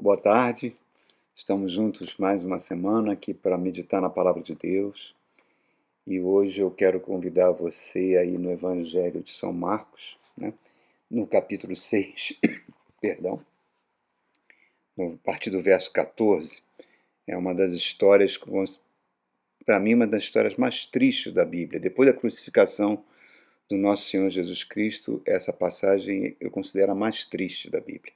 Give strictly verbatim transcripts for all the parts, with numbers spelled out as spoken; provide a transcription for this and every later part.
Boa tarde, estamos juntos mais uma semana aqui para meditar na Palavra de Deus e hoje eu quero convidar você aí no Evangelho de São Marcos, né, no capítulo seis, perdão, a partir do verso quatorze, é uma das histórias, para mim, uma das histórias mais tristes da Bíblia. Depois da crucificação do nosso Senhor Jesus Cristo, essa passagem eu considero a mais triste da Bíblia.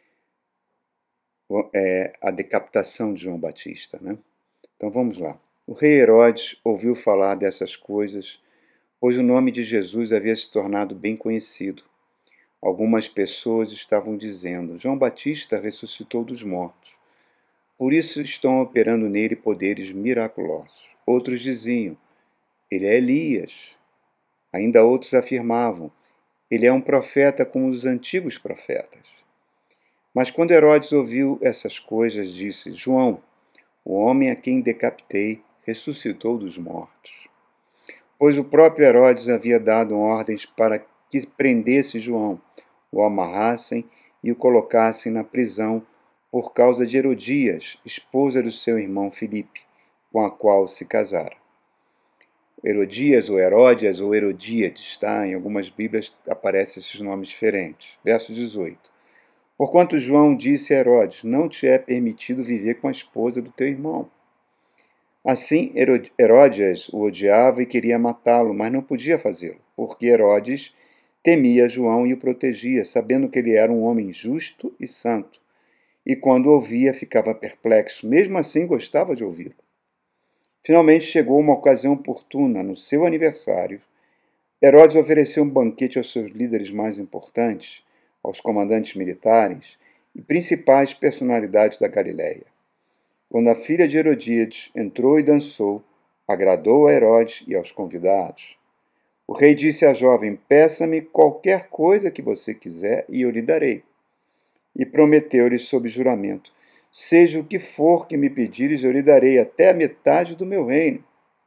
É a decapitação de João Batista, né? Então vamos lá. O rei Herodes ouviu falar dessas coisas, pois o nome de Jesus havia se tornado bem conhecido. Algumas pessoas estavam dizendo: João Batista ressuscitou dos mortos. Por isso estão operando nele poderes miraculosos. Outros diziam: ele é Elias. Ainda outros afirmavam: ele é um profeta como os antigos profetas. Mas quando Herodes ouviu essas coisas, disse: João, o homem a quem decapitei, ressuscitou dos mortos. Pois o próprio Herodes havia dado ordens para que prendesse João, o amarrassem e o colocassem na prisão por causa de Herodias, esposa do seu irmão Filipe, com a qual se casara. Herodias, ou Heródias, ou Herodíades, tá? Em algumas Bíblias aparecem esses nomes diferentes. Verso dezoito. Porquanto João disse a Herodes: não te é permitido viver com a esposa do teu irmão. Assim, Heródias o odiava e queria matá-lo, mas não podia fazê-lo, porque Herodes temia João e o protegia, sabendo que ele era um homem justo e santo. E quando ouvia, ficava perplexo. Mesmo assim, gostava de ouvi-lo. Finalmente chegou uma ocasião oportuna. No seu aniversário, Herodes ofereceu um banquete aos seus líderes mais importantes, aos comandantes militares e principais personalidades da Galiléia. Quando a filha de Herodíades entrou e dançou, agradou a Herodes e aos convidados. O rei disse à jovem: peça-me qualquer coisa que você quiser e eu lhe darei. E prometeu-lhe sob juramento: seja o que for que me pedires, eu lhe darei até a metade do meu reino.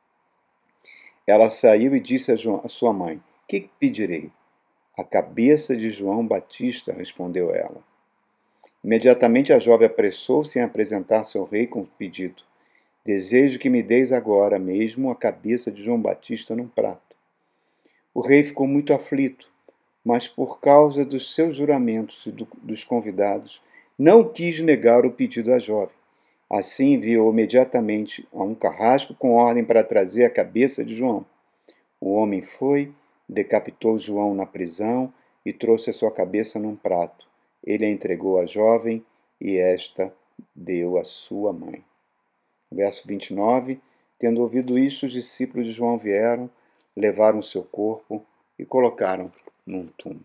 Ela saiu e disse a, João, a sua mãe: que pedirei? A cabeça de João Batista, respondeu ela. Imediatamente a jovem apressou-se em apresentar-se ao rei com o pedido: desejo que me deis agora mesmo a cabeça de João Batista num prato. O rei ficou muito aflito, mas por causa dos seus juramentos e do, dos convidados, não quis negar o pedido à jovem. Assim enviou imediatamente a um carrasco com ordem para trazer a cabeça de João. O homem foi, decapitou João na prisão e trouxe a sua cabeça num prato. Ele a entregou à jovem e esta deu à sua mãe. Verso vinte e nove. Tendo ouvido isso, os discípulos de João vieram, levaram o seu corpo e colocaram num túmulo.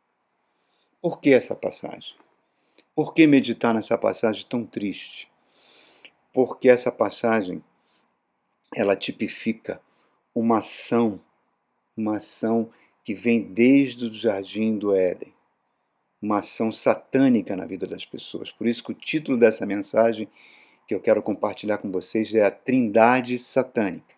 Por que essa passagem? Por que meditar nessa passagem tão triste? Porque essa passagem, ela tipifica uma ação, uma ação que vem desde o jardim do Éden. Uma ação satânica na vida das pessoas. Por isso que o título dessa mensagem que eu quero compartilhar com vocês é a Trindade Satânica.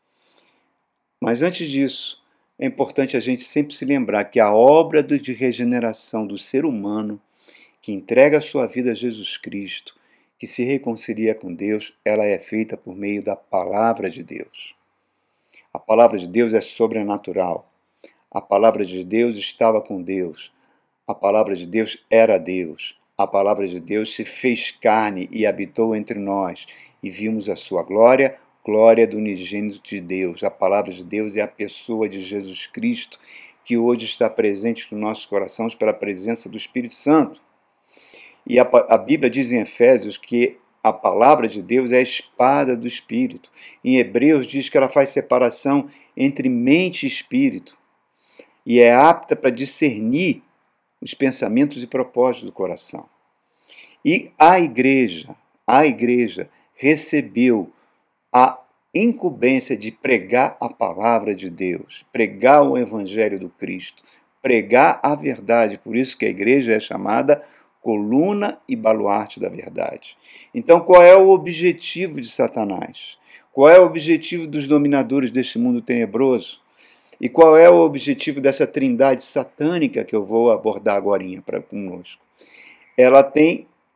Mas antes disso, é importante a gente sempre se lembrar que a obra de regeneração do ser humano, que entrega a sua vida a Jesus Cristo, que se reconcilia com Deus, ela é feita por meio da Palavra de Deus. A Palavra de Deus é sobrenatural. A Palavra de Deus estava com Deus. A Palavra de Deus era Deus. A Palavra de Deus se fez carne e habitou entre nós. E vimos a sua glória, glória do unigênito de Deus. A Palavra de Deus é a pessoa de Jesus Cristo, que hoje está presente nos nossos corações pela presença do Espírito Santo. E a, a Bíblia diz em Efésios que a Palavra de Deus é a espada do Espírito. Em Hebreus diz que ela faz separação entre mente e espírito. E é apta para discernir os pensamentos e propósitos do coração. E a igreja, a igreja recebeu a incumbência de pregar a palavra de Deus, pregar o evangelho do Cristo, pregar a verdade. Por isso que a igreja é chamada coluna e baluarte da verdade. Então, qual é o objetivo de Satanás? Qual é o objetivo dos dominadores deste mundo tenebroso? E qual é o objetivo dessa trindade satânica que eu vou abordar agora para conosco? Ela tem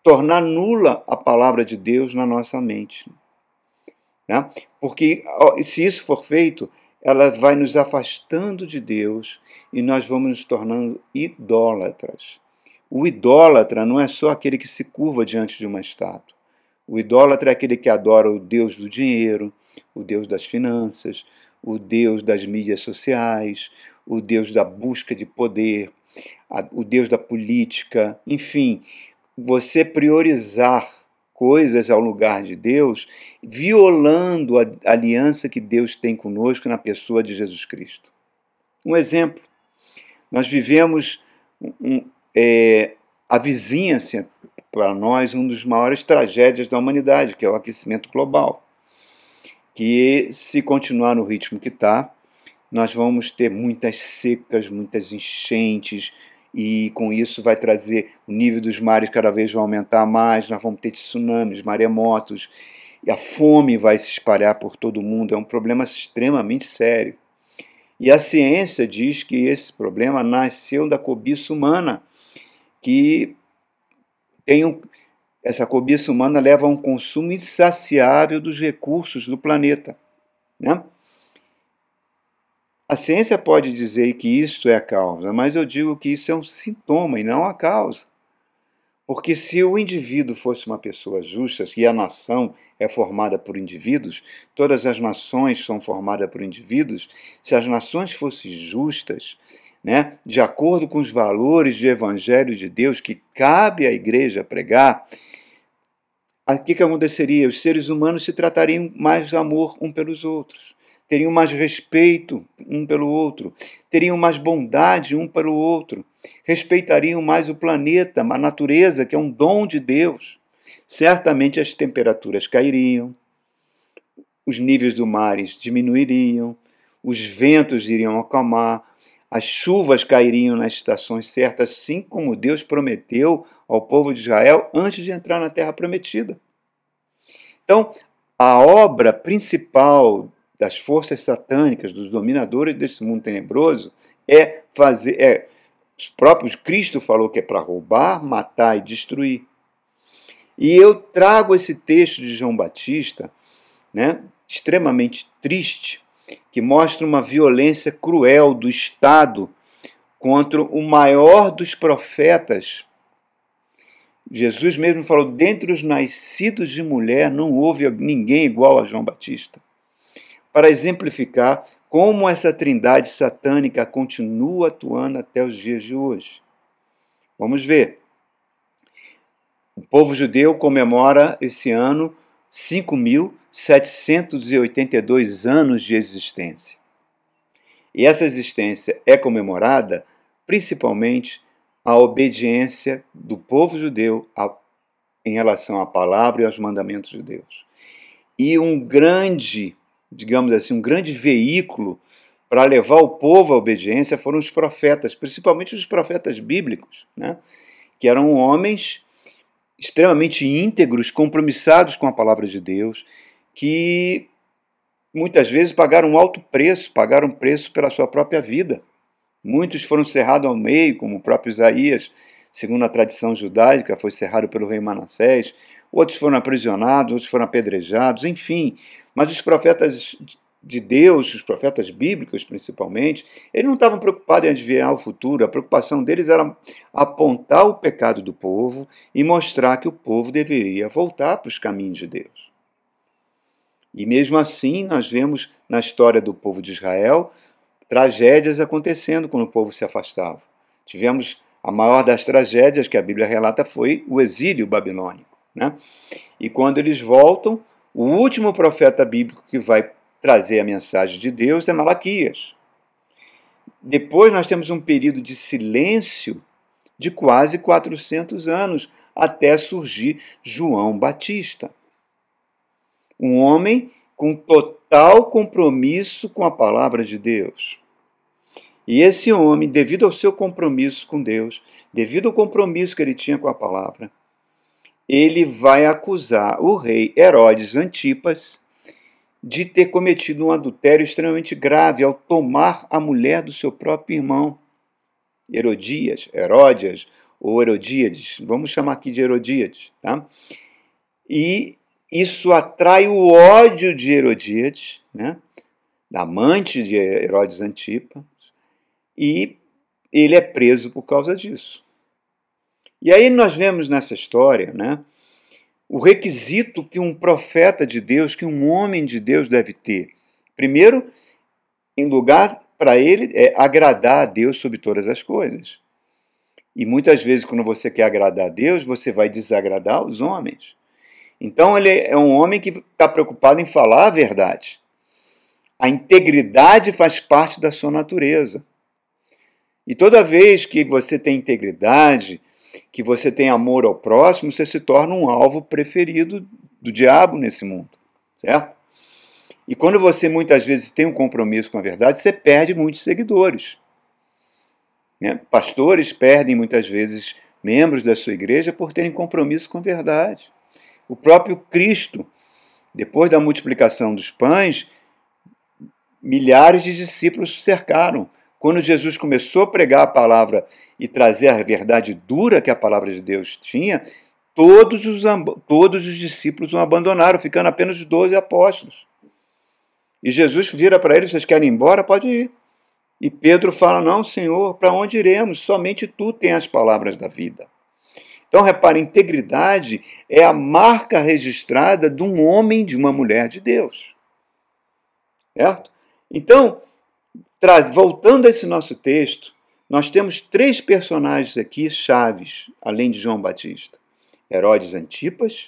tornar nula a palavra de Deus na nossa mente. Né? Porque se isso for feito, ela vai nos afastando de Deus e nós vamos nos tornando idólatras. O idólatra não é só aquele que se curva diante de uma estátua. O idólatra é aquele que adora o Deus do dinheiro, o Deus das finanças, o Deus das mídias sociais, o Deus da busca de poder, o Deus da política, enfim, você priorizar coisas ao lugar de Deus, violando a aliança que Deus tem conosco na pessoa de Jesus Cristo. Um exemplo, nós vivemos um, é, a vizinhança para nós um dos maiores tragédias da humanidade, que é o aquecimento global, que se continuar no ritmo que está, nós vamos ter muitas secas, muitas enchentes, e com isso vai trazer o nível dos mares cada vez vai aumentar mais, nós vamos ter tsunamis, maremotos, e a fome vai se espalhar por todo o mundo, é um problema extremamente sério. E a ciência diz que esse problema nasceu da cobiça humana, que tem um, essa cobiça humana leva a um consumo insaciável dos recursos do planeta, né? A ciência pode dizer que isso é a causa, mas eu digo que isso é um sintoma e não a causa. Porque se o indivíduo fosse uma pessoa justa, e a nação é formada por indivíduos, todas as nações são formadas por indivíduos, se as nações fossem justas, né, de acordo com os valores do Evangelho de Deus que cabe à igreja pregar, o que, que aconteceria? Os seres humanos se tratariam mais de amor um pelos outros, teriam mais respeito um pelo outro, teriam mais bondade um pelo outro, respeitariam mais o planeta, a natureza, que é um dom de Deus. Certamente as temperaturas cairiam, os níveis do mar diminuiriam, os ventos iriam acalmar, as chuvas cairiam nas estações certas, assim como Deus prometeu ao povo de Israel antes de entrar na Terra Prometida. Então, a obra principal das forças satânicas, dos dominadores desse mundo tenebroso, é fazer... É, os próprios Cristo falou que é para roubar, matar e destruir. E eu trago esse texto de João Batista, né, extremamente triste, que mostra uma violência cruel do Estado contra o maior dos profetas. Jesus mesmo falou, dentre os nascidos de mulher não houve ninguém igual a João Batista. Para exemplificar como essa trindade satânica continua atuando até os dias de hoje. Vamos ver. O povo judeu comemora esse ano cinco mil setecentos e oitenta e dois anos de existência. E essa existência é comemorada principalmente a obediência do povo judeu a, em relação à palavra e aos mandamentos de Deus. E um grande, digamos assim, um grande veículo para levar o povo à obediência foram os profetas, principalmente os profetas bíblicos, né? Que eram homens extremamente íntegros, compromissados com a palavra de Deus, que muitas vezes pagaram um alto preço, pagaram preço pela sua própria vida. Muitos foram cerrados ao meio, como o próprio Isaías, segundo a tradição judaica, foi cerrado pelo rei Manassés. Outros foram aprisionados, outros foram apedrejados, enfim. Mas os profetas de Deus, os profetas bíblicos principalmente, eles não estavam preocupados em adivinhar o futuro. A preocupação deles era apontar o pecado do povo e mostrar que o povo deveria voltar para os caminhos de Deus. E mesmo assim, nós vemos na história do povo de Israel tragédias acontecendo quando o povo se afastava. Tivemos a maior das tragédias que a Bíblia relata foi o exílio babilônico, né? E quando eles voltam, o último profeta bíblico que vai trazer a mensagem de Deus é Malaquias. Depois nós temos um período de silêncio de quase quatrocentos anos, até surgir João Batista. Um homem com total compromisso com a palavra de Deus. E esse homem, devido ao seu compromisso com Deus, devido ao compromisso que ele tinha com a palavra, ele vai acusar o rei Herodes Antipas de ter cometido um adultério extremamente grave ao tomar a mulher do seu próprio irmão, Herodias, Heródias, ou Herodíades, vamos chamar aqui de Herodíades, tá? E isso atrai o ódio de Herodíades, né? Da amante de Herodes Antipas, e ele é preso por causa disso. E aí nós vemos nessa história, né, o requisito que um profeta de Deus, que um homem de Deus deve ter. Primeiro, em lugar para ele, é agradar a Deus sobre todas as coisas. E muitas vezes, quando você quer agradar a Deus, você vai desagradar os homens. Então, ele é um homem que está preocupado em falar a verdade. A integridade faz parte da sua natureza. E toda vez que você tem integridade, que você tem amor ao próximo, você se torna um alvo preferido do diabo nesse mundo, certo? E quando você muitas vezes tem um compromisso com a verdade, você perde muitos seguidores. Né? Pastores perdem muitas vezes membros da sua igreja por terem compromisso com a verdade. O próprio Cristo, depois da multiplicação dos pães, milhares de discípulos cercaram. Quando Jesus começou a pregar a palavra e trazer a verdade dura que a palavra de Deus tinha, todos os, todos os discípulos o abandonaram, ficando apenas os doze apóstolos. E Jesus vira para eles: vocês querem ir embora? Pode ir. E Pedro fala: não, Senhor, para onde iremos? Somente tu tens as palavras da vida. Então, repare, integridade é a marca registrada de um homem, de uma mulher de Deus. Certo? Então, traz, voltando a esse nosso texto, nós temos três personagens aqui chaves, além de João Batista: Herodes Antipas,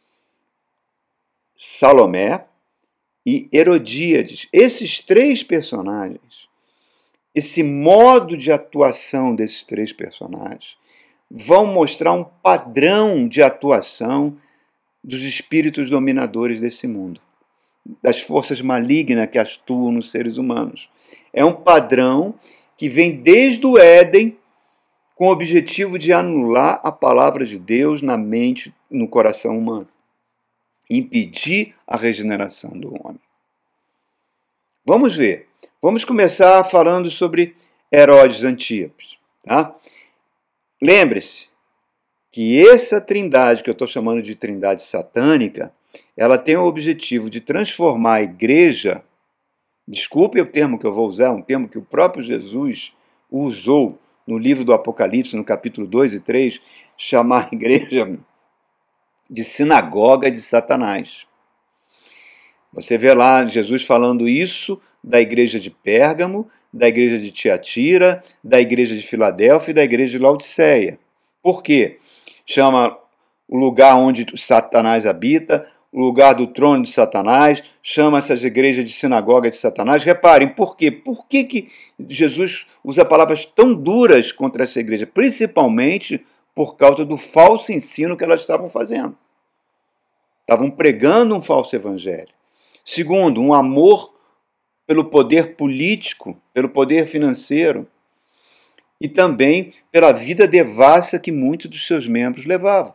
Salomé e Herodíades. Esses três personagens, esse modo de atuação desses três personagens, vão mostrar um padrão de atuação dos espíritos dominadores desse mundo, das forças malignas que atuam nos seres humanos. É um padrão que vem desde o Éden, com o objetivo de anular a palavra de Deus na mente e no coração humano, impedir a regeneração do homem. Vamos ver. Vamos começar falando sobre Herodes Antipas. Tá? Lembre-se que essa trindade, que eu estou chamando de trindade satânica, ela tem o objetivo de transformar a igreja, desculpe o termo que eu vou usar, é um termo que o próprio Jesus usou no livro do Apocalipse, no capítulo dois e três, chamar a igreja de sinagoga de Satanás. Você vê lá Jesus falando isso da igreja de Pérgamo, da igreja de Tiatira, da igreja de Filadélfia e da igreja de Laodiceia. Por quê? Chama o lugar onde Satanás habita, o lugar do trono de Satanás, chama essas igrejas de sinagoga de Satanás. Reparem, por quê? Por que, que Jesus usa palavras tão duras contra essa igreja? Principalmente por causa do falso ensino que elas estavam fazendo. Estavam pregando um falso evangelho. Segundo, um amor pelo poder político, pelo poder financeiro e também pela vida devassa que muitos dos seus membros levavam.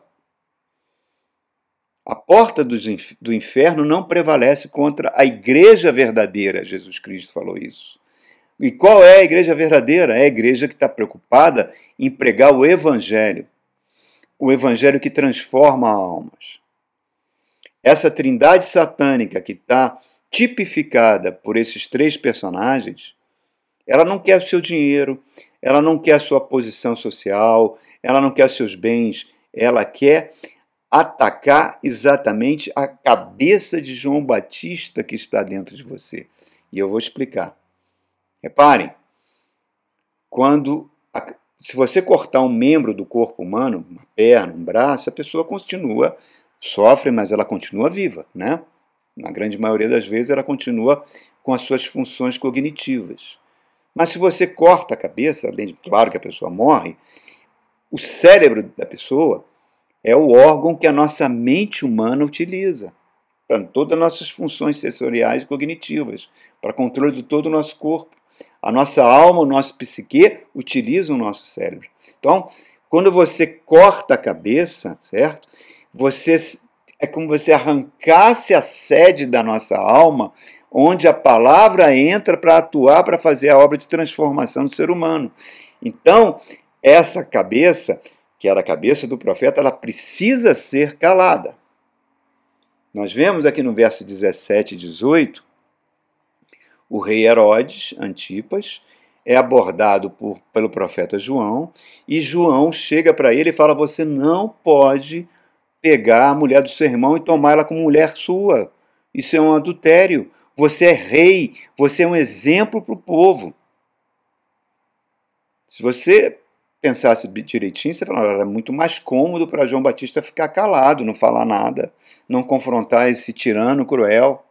A porta do inferno não prevalece contra a igreja verdadeira, Jesus Cristo falou isso. E qual é a igreja verdadeira? É a igreja que está preocupada em pregar o evangelho, o evangelho que transforma almas. Essa trindade satânica que está tipificada por esses três personagens, ela não quer o seu dinheiro, ela não quer a sua posição social, ela não quer os seus bens, ela quer atacar exatamente a cabeça de João Batista que está dentro de você. E eu vou explicar. Reparem, quando a, se você cortar um membro do corpo humano, uma perna, um braço, a pessoa continua, sofre, mas ela continua viva, né? Na grande maioria das vezes ela continua com as suas funções cognitivas. Mas se você corta a cabeça, além de, claro que a pessoa morre, o cérebro da pessoa é o órgão que a nossa mente humana utiliza para todas as nossas funções sensoriais e cognitivas, para controle de todo o nosso corpo. A nossa alma, o nosso psique utilizam o nosso cérebro. Então, quando você corta a cabeça, certo? Você, é como se você arrancasse a sede da nossa alma, onde a palavra entra para atuar, para fazer a obra de transformação do ser humano. Então, essa cabeça que era a cabeça do profeta, ela precisa ser calada. Nós vemos aqui no verso dezessete e dezoito, o rei Herodes Antipas é abordado por, pelo profeta João, e João chega para ele e fala: você não pode pegar a mulher do seu irmão e tomar ela como mulher sua. Isso é um adultério. Você é rei, você é um exemplo para o povo. Se você pensasse direitinho, você falaria: era muito mais cômodo para João Batista ficar calado, não falar nada, não confrontar esse tirano cruel.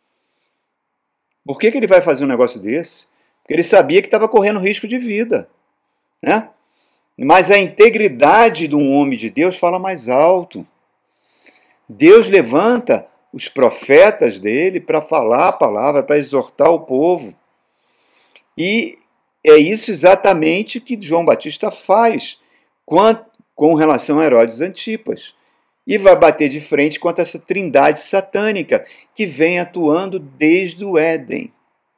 Por que que ele vai fazer um negócio desse? Porque ele sabia que estava correndo risco de vida, né? Mas a integridade de um homem de Deus fala mais alto. Deus levanta os profetas dele para falar a palavra, para exortar o povo. E é isso exatamente que João Batista faz com relação a Herodes Antipas. E vai bater de frente contra essa trindade satânica que vem atuando desde o Éden,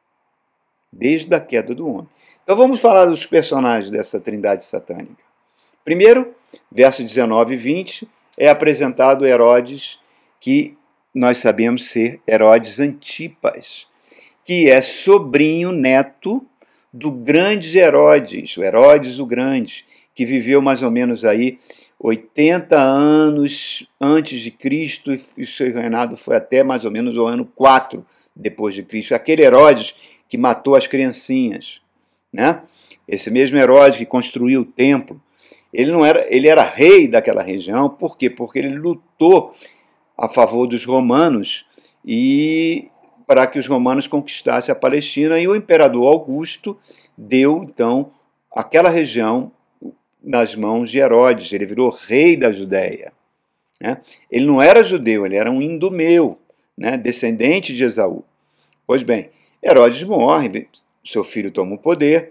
desde a queda do homem. Então vamos falar dos personagens dessa trindade satânica. Primeiro, versos dezenove e vinte, é apresentado Herodes, que nós sabemos ser Herodes Antipas, que é sobrinho neto do grande Herodes, o Herodes o Grande, que viveu mais ou menos aí oitenta anos antes de Cristo, e o seu reinado foi até mais ou menos o ano quatro depois de Cristo. Aquele Herodes que matou as criancinhas, né? Esse mesmo Herodes que construiu o templo, ele não era, ele era rei daquela região. Por quê? Porque ele lutou a favor dos romanos e para que os romanos conquistassem a Palestina, e o imperador Augusto deu então aquela região nas mãos de Herodes. Ele virou rei da Judéia, né? Ele não era judeu, ele era um indumeu, né? Descendente de Esaú. Pois bem, Herodes morre, seu filho toma o poder,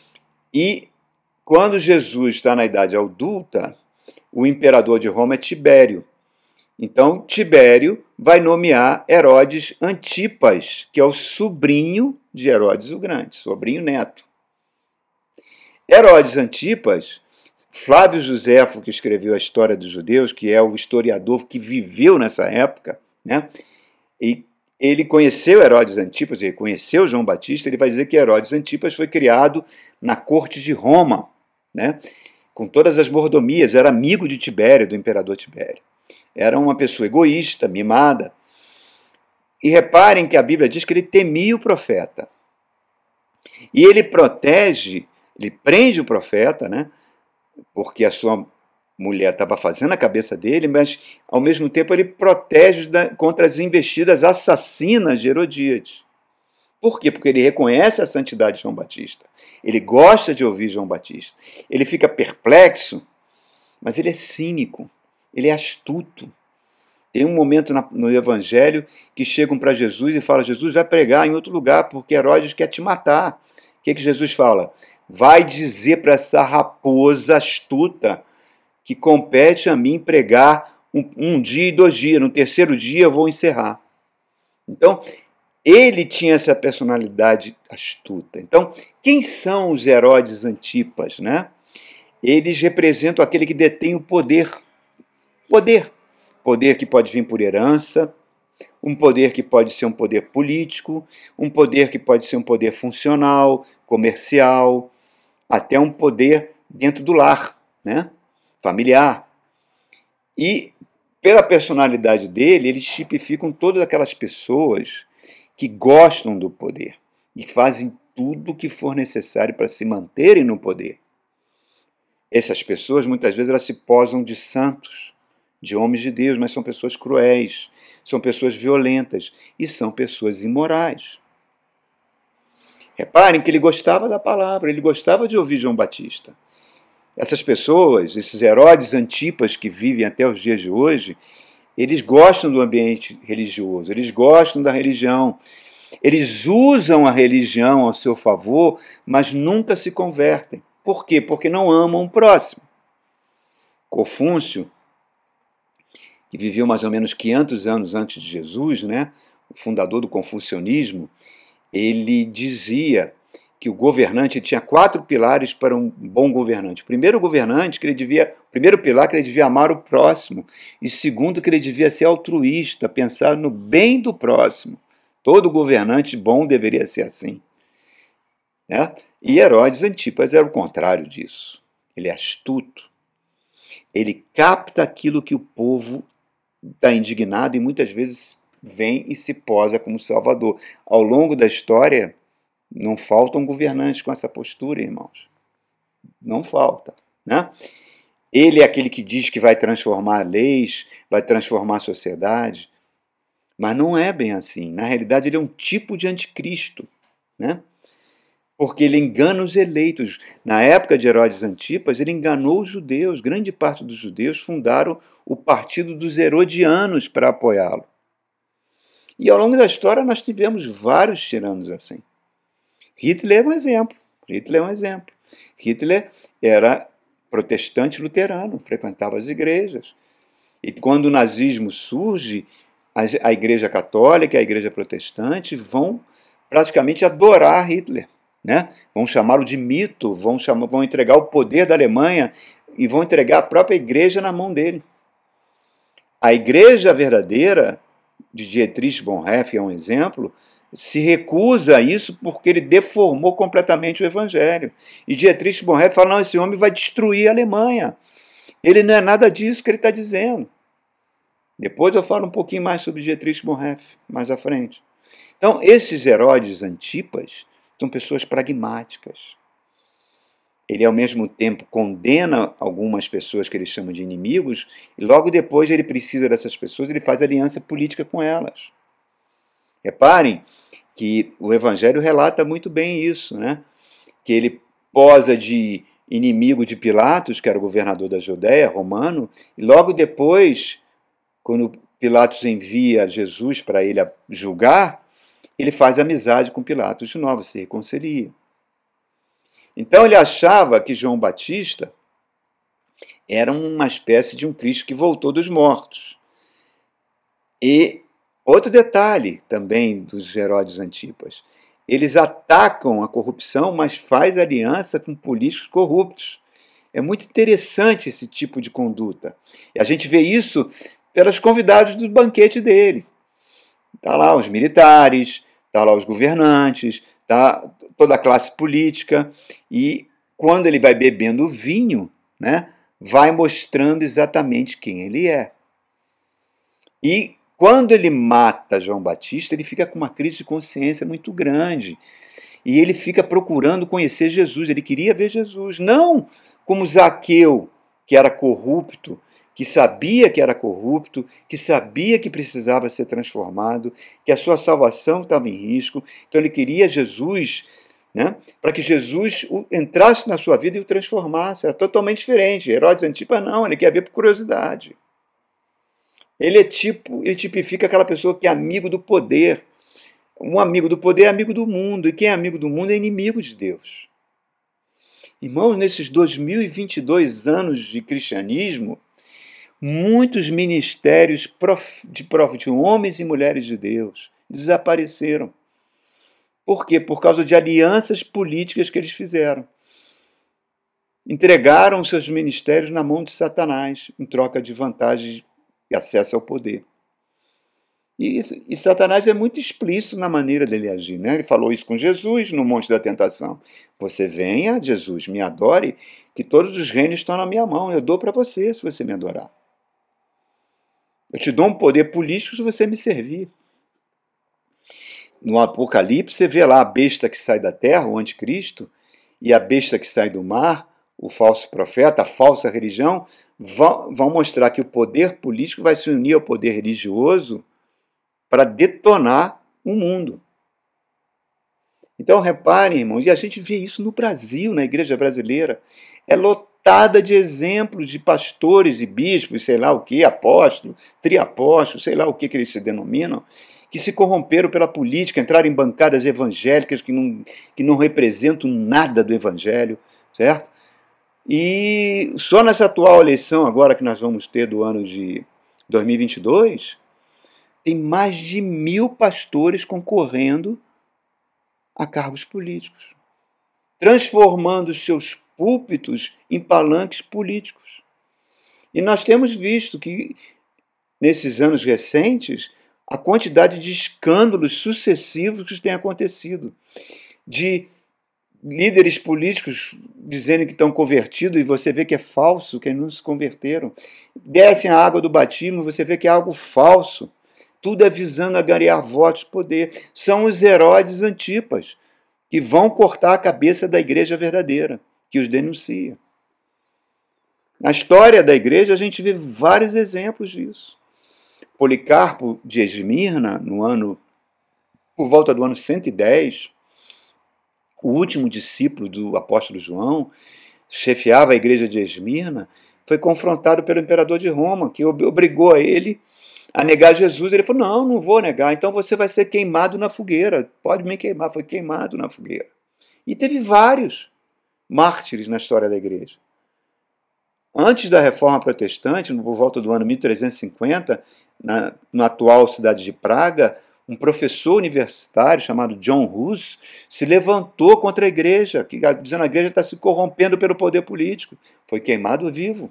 e quando Jesus está na idade adulta, o imperador de Roma é Tibério. Então, Tibério vai nomear Herodes Antipas, que é o sobrinho de Herodes o Grande, sobrinho neto. Herodes Antipas, Flávio Joséfo, que escreveu a História dos Judeus, que é o historiador que viveu nessa época, né? E ele conheceu Herodes Antipas, ele conheceu João Batista, ele vai dizer que Herodes Antipas foi criado na corte de Roma, né? Com todas as mordomias, era amigo de Tibério, do imperador Tibério. Era uma pessoa egoísta, mimada. E reparem que a Bíblia diz que ele temia o profeta. E ele protege, ele prende o profeta, né? Porque a sua mulher estava fazendo a cabeça dele, mas ao mesmo tempo ele protege contra as investidas assassinas de Herodíades. Por quê? Porque ele reconhece a santidade de João Batista. Ele gosta de ouvir João Batista. Ele fica perplexo, mas ele é cínico, ele é astuto. Tem um momento no Evangelho que chegam para Jesus e falam: Jesus, vai pregar em outro lugar porque Herodes quer te matar. O que, que Jesus fala? Vai dizer para essa raposa astuta que compete a mim pregar um, um dia e dois dias. No terceiro dia eu vou encerrar. Então, ele tinha essa personalidade astuta. Então, quem são os Herodes Antipas, né? Eles representam aquele que detém o poder. Poder. Poder que pode vir por herança, um poder que pode ser um poder político, um poder que pode ser um poder funcional, comercial, até um poder dentro do lar, né? Familiar. E, pela personalidade dele, eles tipificam todas aquelas pessoas que gostam do poder e fazem tudo o que for necessário para se manterem no poder. Essas pessoas, muitas vezes, elas se posam de santos, de homens de Deus, mas são pessoas cruéis, são pessoas violentas e são pessoas imorais. Reparem que ele gostava da palavra, ele gostava de ouvir João Batista. Essas pessoas, esses Herodes Antipas que vivem até os dias de hoje, eles gostam do ambiente religioso, eles gostam da religião, eles usam a religião ao seu favor, mas nunca se convertem. Por quê? Porque não amam o próximo. Confúcio, que viveu mais ou menos quinhentos anos antes de Jesus, né, o fundador do confucionismo, ele dizia que o governante tinha quatro pilares para um bom governante. O primeiro governante, que ele devia, o primeiro pilar que ele devia amar o próximo, e segundo que ele devia ser altruísta, pensar no bem do próximo. Todo governante bom deveria ser assim. Né? E Herodes Antipas era o contrário disso. Ele é astuto. Ele capta aquilo que o povo está indignado e muitas vezes vem e se posa como salvador. Ao longo da história, não faltam governantes com essa postura, irmãos. Não falta. Né? Ele é aquele que diz que vai transformar leis, vai transformar a sociedade, mas não é bem assim. Na realidade, ele é um tipo de anticristo, né? Porque ele engana os eleitos. Na época de Herodes Antipas, ele enganou os judeus. Grande parte dos judeus fundaram o partido dos herodianos para apoiá-lo. E ao longo da história nós tivemos vários tiranos assim. Hitler é um exemplo. Hitler é um exemplo. Hitler era protestante luterano, frequentava as igrejas. E quando o nazismo surge, a igreja católica e a igreja protestante vão praticamente adorar Hitler. Né? Vão chamá-lo de mito, vão, chamar, vão entregar o poder da Alemanha e vão entregar a própria igreja na mão dele. A igreja verdadeira, de Dietrich Bonhoeffer é um exemplo, se recusa a isso porque ele deformou completamente o evangelho. E Dietrich Bonhoeffer fala, não, esse homem vai destruir a Alemanha. Ele não é nada disso que ele está dizendo. Depois eu falo um pouquinho mais sobre Dietrich Bonhoeffer, mais à frente. Então, esses Herodes Antipas são pessoas pragmáticas. Ele, ao mesmo tempo, condena algumas pessoas que ele chama de inimigos, e logo depois ele precisa dessas pessoas, ele faz aliança política com elas. Reparem que o Evangelho relata muito bem isso, né? Que ele posa de inimigo de Pilatos, que era o governador da Judéia, romano, e logo depois, quando Pilatos envia Jesus para ele julgar, ele faz amizade com Pilatos de novo, se reconcilia. Então ele achava que João Batista era uma espécie de um Cristo que voltou dos mortos. E outro detalhe também dos Herodes Antipas, eles atacam a corrupção, mas faz aliança com políticos corruptos. É muito interessante esse tipo de conduta. E a gente vê isso pelos convidados do banquete dele. Está lá os militares, está lá os governantes, tá toda a classe política, e quando ele vai bebendo vinho, né, vai mostrando exatamente quem ele é. E quando ele mata João Batista, ele fica com uma crise de consciência muito grande, e ele fica procurando conhecer Jesus, ele queria ver Jesus, não como Zaqueu, que era corrupto, que sabia que era corrupto, que sabia que precisava ser transformado, que a sua salvação estava em risco. Então ele queria Jesus, né, para que Jesus entrasse na sua vida e o transformasse. Era totalmente diferente. Herodes Antipas não, ele quer ver por curiosidade. Ele, é tipo, ele tipifica aquela pessoa que é amigo do poder. Um amigo do poder é amigo do mundo, e quem é amigo do mundo é inimigo de Deus. Irmãos, nesses dois mil e vinte e dois anos de cristianismo, muitos ministérios de, de homens e mulheres de Deus desapareceram. Por quê? Por causa de alianças políticas que eles fizeram. Entregaram seus ministérios na mão de Satanás, em troca de vantagens e acesso ao poder. E, e Satanás é muito explícito na maneira dele agir. Né? Ele falou isso com Jesus no Monte da Tentação. Você venha, Jesus, me adore, que todos os reinos estão na minha mão. Eu dou para você se você me adorar. Eu te dou um poder político se você me servir. No Apocalipse, você vê lá a besta que sai da terra, o anticristo, e a besta que sai do mar, o falso profeta, a falsa religião, vão, vão mostrar que o poder político vai se unir ao poder religioso para detonar o mundo. Então, reparem, irmãos, e a gente vê isso no Brasil, na igreja brasileira. É lotada de exemplos de pastores e bispos, sei lá o que, apóstolos, triapóstolos, sei lá o que, que eles se denominam, que se corromperam pela política, entraram em bancadas evangélicas que não, que não representam nada do evangelho, certo? E só nessa atual eleição agora que nós vamos ter do ano de dois mil e vinte e dois, tem mais de mil pastores concorrendo a cargos políticos. transformando seus púlpitos em palanques políticos. E nós temos visto que, nesses anos recentes, a quantidade de escândalos sucessivos que têm acontecido, de líderes políticos dizendo que estão convertidos e você vê que é falso, que eles não se converteram. Descem a água do batismo, você vê que é algo falso. Tudo é visando angariar votos, poder. São os Herodes Antipas, que vão cortar a cabeça da igreja verdadeira, que os denuncia. Na história da igreja, a gente vê vários exemplos disso. Policarpo de Esmirna, no ano, por volta do ano cento e dez, o último discípulo do apóstolo João, chefiava a igreja de Esmirna, foi confrontado pelo imperador de Roma, que obrigou a ele a negar Jesus. Ele falou, não, não vou negar, então você vai ser queimado na fogueira. Pode me queimar, foi queimado na fogueira. E teve vários mártires na história da igreja. Antes da Reforma Protestante, por volta do ano mil trezentos e cinquenta, na, na atual cidade de Praga, um professor universitário chamado John Hus se levantou contra a igreja, que, dizendo que a igreja está se corrompendo pelo poder político. Foi queimado vivo.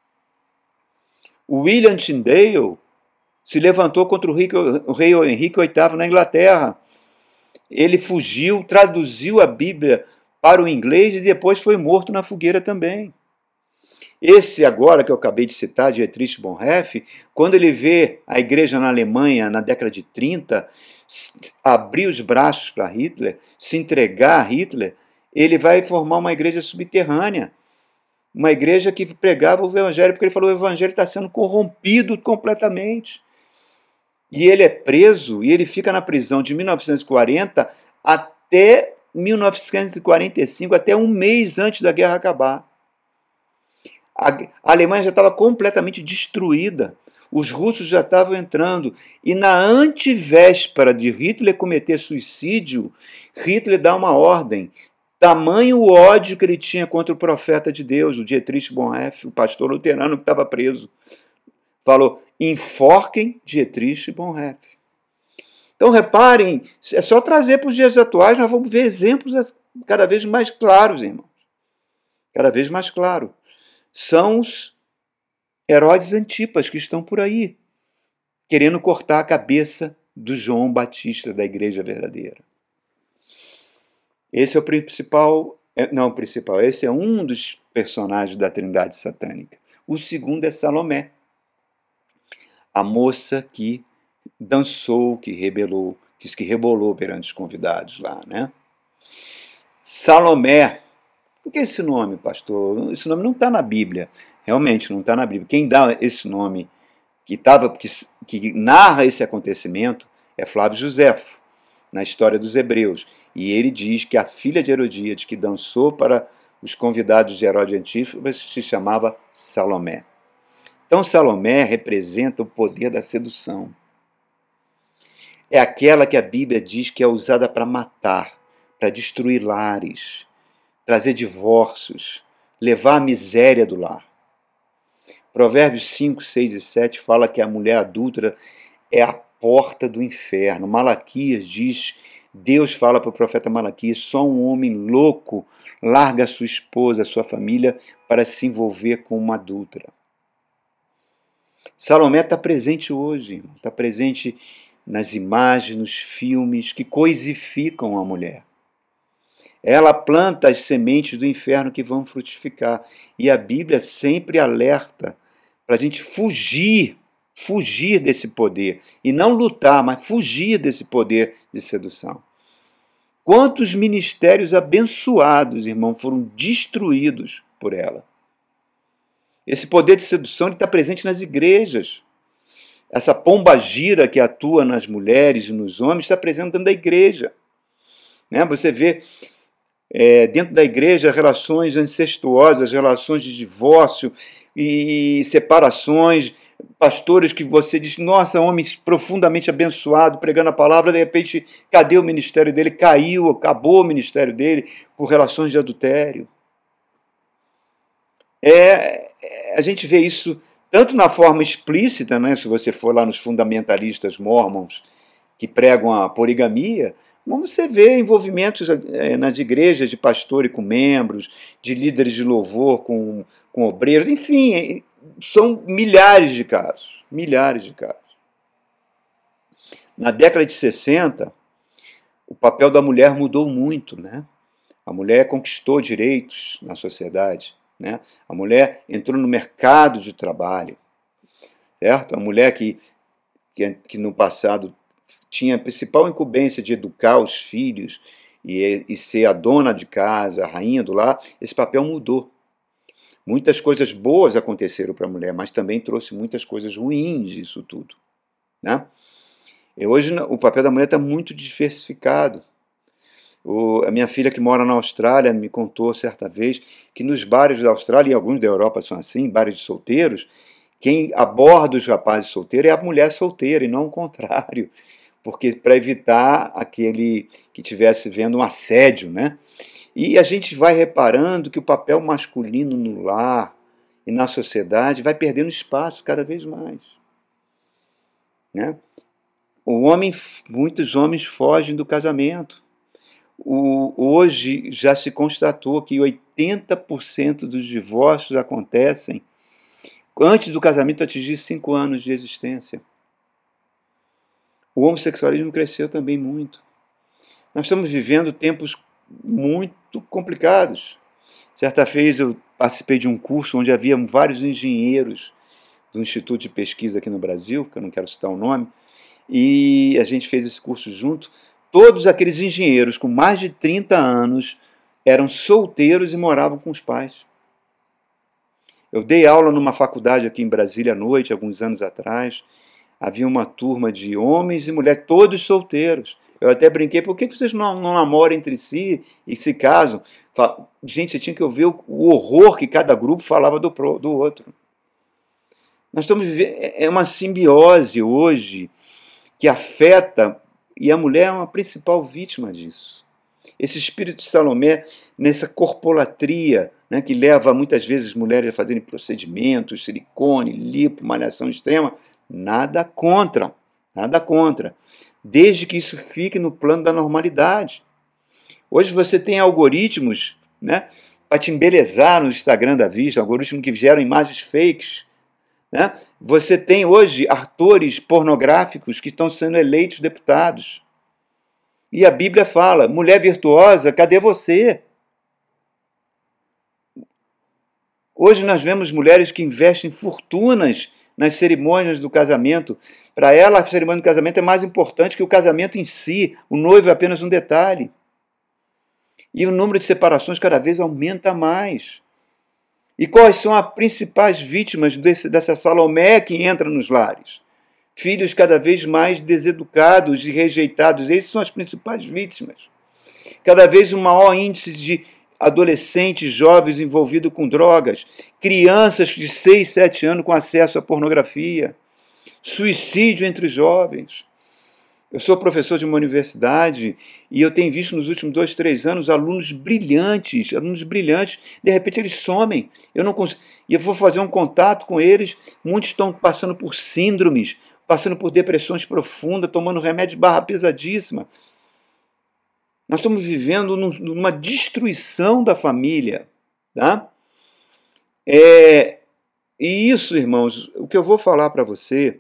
O William Tyndale se levantou contra o rei, o rei Henrique oitavo na Inglaterra. Ele fugiu, traduziu a Bíblia para o inglês e depois foi morto na fogueira também. Esse agora que eu acabei de citar, Dietrich Bonhoeffer, quando ele vê a igreja na Alemanha na década de trinta abrir os braços para Hitler, se entregar a Hitler, ele vai formar uma igreja subterrânea, uma igreja que pregava o evangelho, porque ele falou que o evangelho está sendo corrompido completamente. E ele é preso, e ele fica na prisão de mil novecentos e quarenta até mil novecentos e quarenta e cinco, até um mês antes da guerra acabar. A Alemanha já estava completamente destruída, os russos já estavam entrando, e na antivéspera de Hitler cometer suicídio, Hitler dá uma ordem, tamanho o ódio que ele tinha contra o profeta de Deus, o Dietrich Bonhoeffer, o pastor luterano que estava preso. Falou, enforquem Dietrich Bonhoeffer. Então reparem, é só trazer para os dias atuais, nós vamos ver exemplos cada vez mais claros, irmãos. Cada vez mais claros. São os Herodes Antipas que estão por aí, querendo cortar a cabeça do João Batista da igreja verdadeira. Esse é o principal, não o principal, esse é um dos personagens da Trindade Satânica. O segundo é Salomé, a moça que dançou, que rebelou, que, que rebolou perante os convidados lá, né? Salomé. Por que esse nome, pastor? Esse nome não está na Bíblia. Realmente não está na Bíblia. Quem dá esse nome, que, tava, que, que narra esse acontecimento, é Flávio Josefo, na história dos Hebreus. E ele diz que a filha de Herodíades, que dançou para os convidados de Herodes Antipas, se chamava Salomé. Então Salomé representa o poder da sedução. É aquela que a Bíblia diz que é usada para matar, para destruir lares, trazer divórcios, levar a miséria do lar. Provérbios cinco, seis e sete fala que a mulher adúltera é a porta do inferno. Malaquias diz, Deus fala para o profeta Malaquias, só um homem louco larga a sua esposa, a sua família, para se envolver com uma adúltera. Salomé está presente hoje, irmão. Está presente nas imagens, nos filmes que coisificam a mulher. Ela planta as sementes do inferno que vão frutificar. E a Bíblia sempre alerta para a gente fugir, fugir desse poder. E não lutar, mas fugir desse poder de sedução. Quantos ministérios abençoados, irmão, foram destruídos por ela? Esse poder de sedução está presente nas igrejas. Essa pombagira que atua nas mulheres e nos homens está presente dentro da igreja. Né? Você vê... É, dentro da igreja, relações incestuosas, relações de divórcio e separações, pastores que você diz, nossa, homem profundamente abençoado, pregando a palavra, de repente, cadê o ministério dele? Caiu, acabou o ministério dele por relações de adultério. É, a gente vê isso tanto na forma explícita, né, se você for lá nos fundamentalistas mormons que pregam a poligamia, Como você vê envolvimentos é, nas igrejas de pastor e com membros, de líderes de louvor com, com obreiros, enfim, são milhares de casos, milhares de casos. Na década de sessenta, o papel da mulher mudou muito, né? A mulher conquistou direitos na sociedade, né? A mulher entrou no mercado de trabalho, certo? A mulher que, que, que no passado tinha a principal incumbência de educar os filhos e, e ser a dona de casa, a rainha do lar, esse papel mudou. Muitas coisas boas aconteceram para a mulher, mas também trouxe muitas coisas ruins isso tudo, né? E hoje o papel da mulher está muito diversificado. O, a minha filha que mora na Austrália me contou certa vez que nos bares da Austrália, e alguns da Europa são assim, bares de solteiros, quem aborda os rapazes solteiros é a mulher solteira e não o contrário, porque para evitar aquele que estivesse vendo um assédio, né? E a gente vai reparando que o papel masculino no lar e na sociedade vai perdendo espaço cada vez mais, né? O homem, muitos homens fogem do casamento. O, hoje já se constatou que oitenta por cento dos divórcios acontecem antes do casamento atingir cinco anos de existência. O homossexualismo cresceu também muito. Nós estamos vivendo tempos muito complicados. Certa vez eu participei de um curso onde havia vários engenheiros do Instituto de Pesquisa aqui no Brasil, que eu não quero citar o nome, e a gente fez esse curso junto. Todos aqueles engenheiros com mais de trinta anos eram solteiros e moravam com os pais. Eu dei aula numa faculdade aqui em Brasília à noite, alguns anos atrás. Havia uma turma de homens e mulheres, todos solteiros. Eu até brinquei, por que vocês não, não namoram entre si e se casam? Gente, você tinha que ouvir o, o horror que cada grupo falava do, do outro. Nós estamos vivendo, é uma simbiose hoje que afeta, e a mulher é uma principal vítima disso. Esse espírito de Salomé, nessa corpolatria, né, que leva muitas vezes as mulheres a fazerem procedimentos, silicone, lipo, malhação extrema, nada contra, nada contra, desde que isso fique no plano da normalidade. Hoje você tem algoritmos, né, para te embelezar no Instagram da vida, algoritmos que geram imagens fakes. Né? Você tem hoje atores pornográficos que estão sendo eleitos deputados. E a Bíblia fala, mulher virtuosa, cadê você? Hoje nós vemos mulheres que investem fortunas nas cerimônias do casamento. Para ela, a cerimônia do casamento é mais importante que o casamento em si. O noivo é apenas um detalhe. E o número de separações cada vez aumenta mais. E quais são as principais vítimas desse, dessa Salomé que entra nos lares? Filhos cada vez mais deseducados e rejeitados. Esses são as principais vítimas. Cada vez um maior índice de adolescentes, jovens envolvidos com drogas. Crianças de seis, sete anos com acesso à pornografia. Suicídio entre jovens. Eu sou professor de uma universidade e eu tenho visto nos últimos dois, três anos alunos brilhantes, alunos brilhantes, de repente eles somem. Eu não consigo, e eu vou fazer um contato com eles, muitos estão passando por síndromes, passando por depressões profundas, tomando remédios barra pesadíssima. Nós estamos vivendo numa destruição da família, tá? É, e isso, irmãos, o que eu vou falar para você,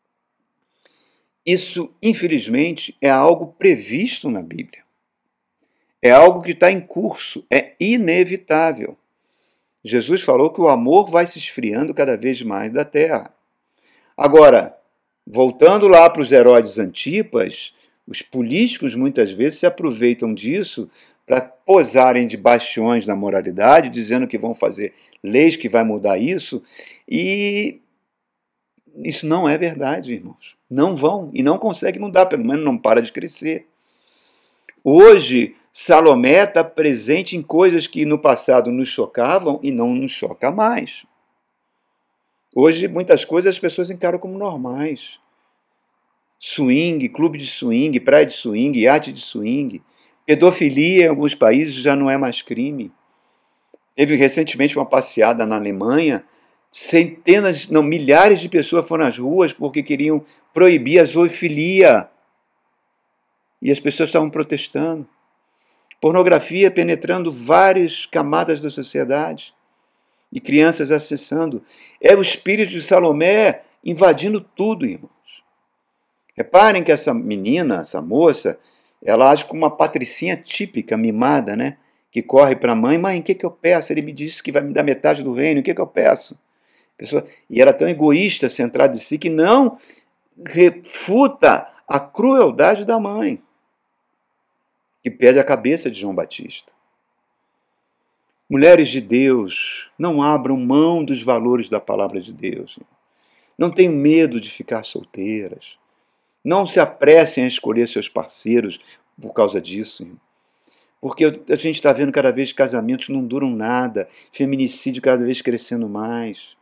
isso, infelizmente, é algo previsto na Bíblia. É algo que está em curso, é inevitável. Jesus falou que o amor vai se esfriando cada vez mais da terra. Agora, voltando lá para os Herodes Antipas, os políticos muitas vezes se aproveitam disso para posarem de bastiões da moralidade, dizendo que vão fazer leis que vai mudar isso, e isso não é verdade, irmãos. Não vão e não conseguem mudar, pelo menos não para de crescer. Hoje, Salomé está presente em coisas que no passado nos chocavam e não nos choca mais. Hoje, muitas coisas as pessoas encaram como normais. Swing, clube de swing, praia de swing, iate de swing. Pedofilia em alguns países já não é mais crime. Teve recentemente uma passeada na Alemanha, centenas, não, milhares de pessoas foram às ruas porque queriam proibir a zoofilia. E as pessoas estavam protestando. Pornografia penetrando várias camadas da sociedade. E crianças acessando. É o espírito de Salomé invadindo tudo, irmãos. Reparem que essa menina, essa moça, ela age como uma patricinha típica, mimada, né? Que corre para a mãe, mãe, o que, que eu peço? Ele me disse que vai me dar metade do reino, o que, que eu peço? Pessoa, e era tão egoísta, centrada em si, que não refuta a crueldade da mãe, que perde a cabeça de João Batista. Mulheres de Deus, não abram mão dos valores da palavra de Deus. Não tenham medo de ficar solteiras. Não se apressem a escolher seus parceiros por causa disso. Porque a gente está vendo cada vez casamentos que não duram nada, feminicídio cada vez crescendo mais.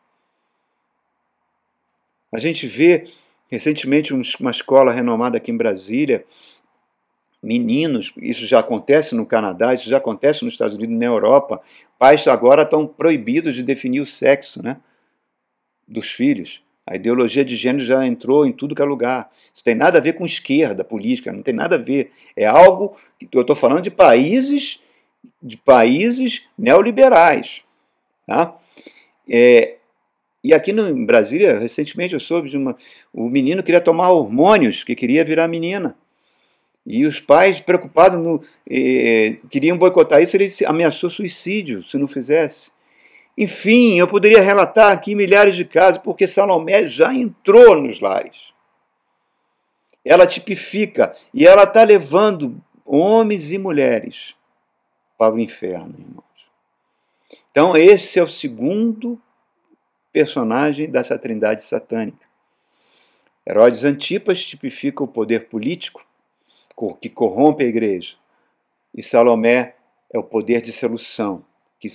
A gente vê, recentemente, uma escola renomada aqui em Brasília, meninos, isso já acontece no Canadá, isso já acontece nos Estados Unidos, na Europa, pais agora estão proibidos de definir o sexo, né, dos filhos. A ideologia de gênero já entrou em tudo que é lugar. Isso tem nada a ver com esquerda, política, não tem nada a ver. É algo que eu estou falando de países, de países neoliberais. Tá? É, e aqui no, em Brasília, recentemente eu soube de uma... O menino queria tomar hormônios, que queria virar menina. E os pais, preocupados, no, eh, queriam boicotar isso, ele ameaçou suicídio se não fizesse. Enfim, eu poderia relatar aqui milhares de casos, porque Salomé já entrou nos lares. Ela tipifica, e ela está levando homens e mulheres para o inferno, irmãos. Então, esse é o segundo personagem dessa trindade satânica. Herodes Antipas tipifica o poder político, que corrompe a igreja. E Salomé é o poder de sedução, que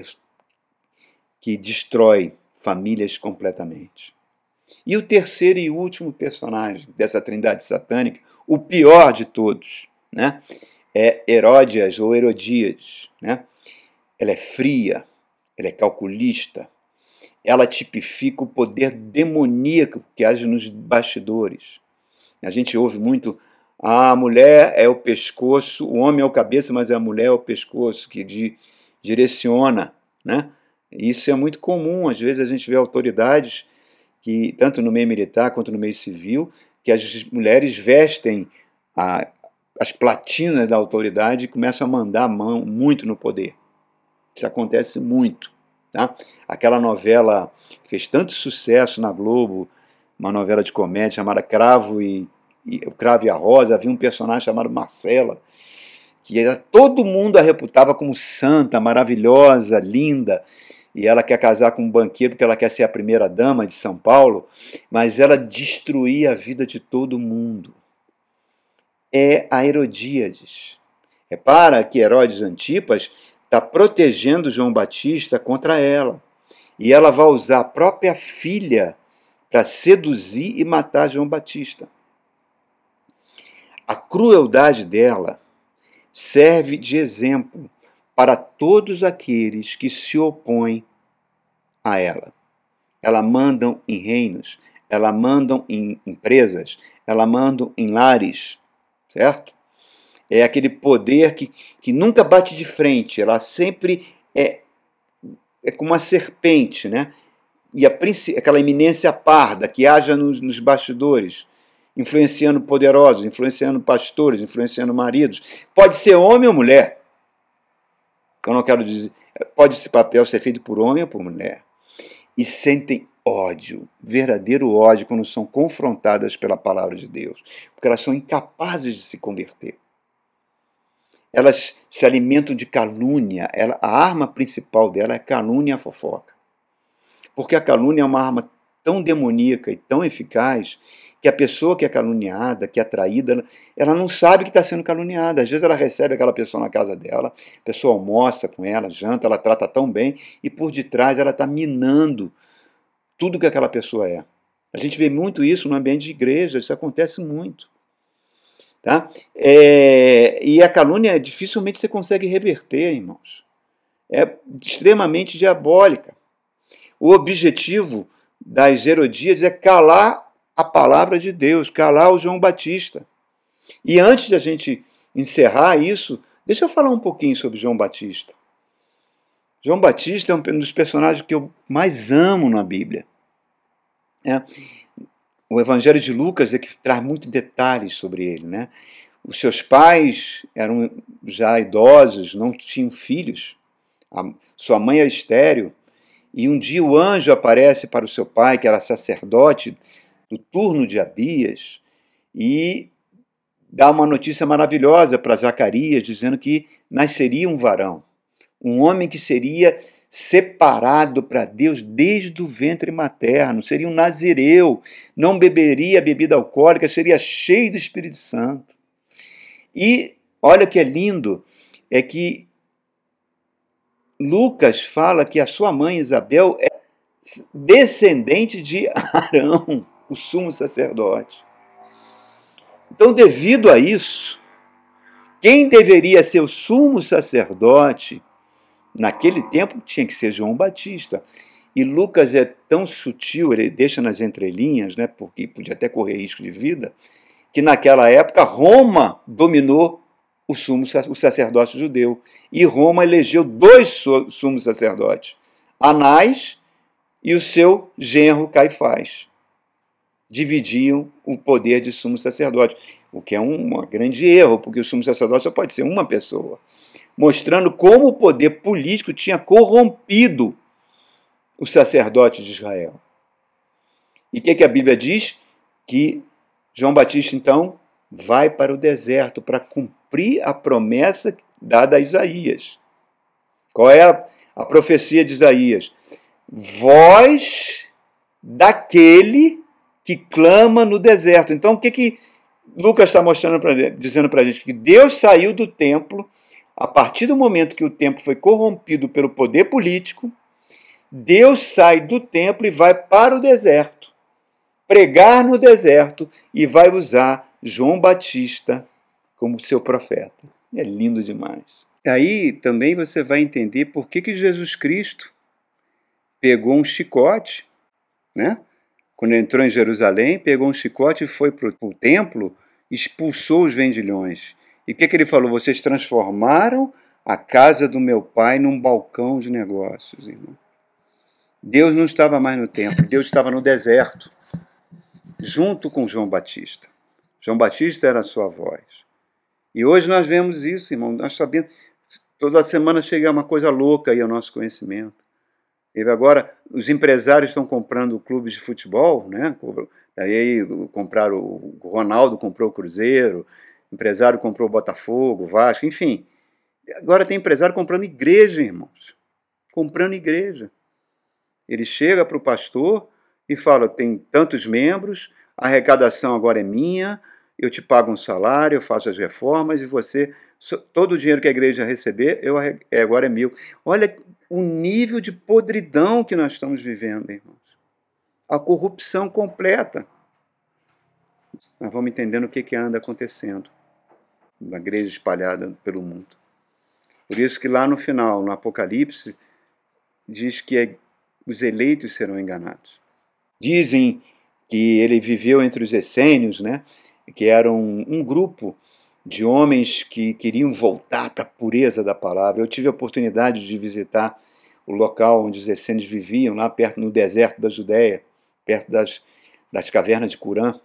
que destrói famílias completamente. E o terceiro e último personagem dessa trindade satânica, o pior de todos, né, é Heródias ou Herodíades. Né? Ela é fria, ela é calculista, ela tipifica o poder demoníaco que age nos bastidores. A gente ouve muito, ah, a mulher é o pescoço, o homem é o cabeça, mas a mulher é o pescoço, que di, direciona, né? Isso é muito comum, às vezes a gente vê autoridades, que, tanto no meio militar quanto no meio civil, que as mulheres vestem a, as platinas da autoridade e começam a mandar a mão muito no poder. Isso acontece muito. Tá? Aquela novela que fez tanto sucesso na Globo, uma novela de comédia chamada Cravo e, e, o Cravo e a Rosa, havia um personagem chamado Marcela, que era, todo mundo a reputava como santa, maravilhosa, linda, e ela quer casar com um banqueiro porque ela quer ser a primeira dama de São Paulo, mas ela destruía a vida de todo mundo. É a Herodíades. Repara que Herodes Antipas está protegendo João Batista contra ela. E ela vai usar a própria filha para seduzir e matar João Batista. A crueldade dela serve de exemplo para todos aqueles que se opõem a ela. Ela mandam em reinos, ela mandam em empresas, ela mandam em lares, certo? É aquele poder que, que nunca bate de frente, ela sempre é, é como uma serpente, né? E a, aquela eminência parda que haja nos, nos bastidores, influenciando poderosos, influenciando pastores, influenciando maridos. Pode ser homem ou mulher. Eu não quero dizer, pode esse papel ser feito por homem ou por mulher. E sentem ódio, verdadeiro ódio, quando são confrontadas pela palavra de Deus, porque elas são incapazes de se converter. Elas se alimentam de calúnia, ela, a arma principal dela é a calúnia e a fofoca. Porque a calúnia é uma arma tão demoníaca e tão eficaz que a pessoa que é caluniada, que é traída, ela, ela não sabe que está sendo caluniada. Às vezes ela recebe aquela pessoa na casa dela, a pessoa almoça com ela, janta, ela trata tão bem, e por detrás ela está minando tudo que aquela pessoa é. A gente vê muito isso no ambiente de igreja, isso acontece muito. Tá? É, e a calúnia dificilmente você consegue reverter, irmãos. É extremamente diabólica. O objetivo das Herodíades é calar a palavra de Deus, calar o João Batista. E antes de a gente encerrar isso, deixa eu falar um pouquinho sobre João Batista. João Batista é um dos personagens que eu mais amo na Bíblia. É. O Evangelho de Lucas é que traz muitos detalhes sobre ele, né? Os seus pais eram já idosos, não tinham filhos. A sua mãe era estéril. E um dia o anjo aparece para o seu pai, que era sacerdote do turno de Abias, e dá uma notícia maravilhosa para Zacarias, dizendo que nasceria um varão, um homem que seria separado para Deus desde o ventre materno, seria um nazireu, não beberia bebida alcoólica, seria cheio do Espírito Santo. E olha o que é lindo, é que Lucas fala que a sua mãe Isabel é descendente de Arão, o sumo sacerdote. Então, devido a isso, quem deveria ser o sumo sacerdote naquele tempo tinha que ser João Batista. E Lucas é tão sutil, ele deixa nas entrelinhas, né, porque podia até correr risco de vida, que naquela época Roma dominou o sumo o sacerdócio judeu. E Roma elegeu dois sumos sacerdotes, Anás e o seu genro Caifás. Dividiam o poder de sumo sacerdote, o que é um, um grande erro, porque o sumo sacerdote só pode ser uma pessoa, mostrando como o poder político tinha corrompido o sacerdote de Israel. E o que, que a Bíblia diz? Que João Batista, então, vai para o deserto para cumprir a promessa dada a Isaías. Qual é a, a profecia de Isaías? Voz daquele que clama no deserto. Então, o que, que Lucas está mostrando pra, dizendo para a gente? Que Deus saiu do templo, a partir do momento que o templo foi corrompido pelo poder político, Deus sai do templo e vai para o deserto, pregar no deserto, e vai usar João Batista como seu profeta. É lindo demais. E aí também você vai entender por que, que Jesus Cristo pegou um chicote, né? Quando ele entrou em Jerusalém, pegou um chicote e foi para o templo, expulsou os vendilhões. E o que, que ele falou? Vocês transformaram a casa do meu pai num balcão de negócios, irmão. Deus não estava mais no templo, Deus estava no deserto, junto com João Batista. João Batista era a sua voz. E hoje nós vemos isso, irmão. Nós sabemos, toda semana chega uma coisa louca aí ao nosso conhecimento. E agora, os empresários estão comprando clubes de futebol, né? Aí compraram, o Ronaldo comprou o Cruzeiro, o empresário comprou o Botafogo, o Vasco, enfim. Agora tem empresário comprando igreja, irmãos. Comprando igreja. Ele chega para o pastor e fala, tem tantos membros, a arrecadação agora é minha, eu te pago um salário, eu faço as reformas e você, todo o dinheiro que a igreja receber, eu, agora é meu. Olha o nível de podridão que nós estamos vivendo, irmãos. A corrupção completa. Nós vamos entendendo o que, que anda acontecendo na igreja espalhada pelo mundo. Por isso que lá no final, no Apocalipse, diz que é, os eleitos serão enganados. Dizem que ele viveu entre os essênios, né? Que eram um, um grupo de homens que queriam voltar para a pureza da palavra. Eu tive a oportunidade de visitar o local onde os essênios viviam, lá perto no deserto da Judéia, perto das, das cavernas de Curã.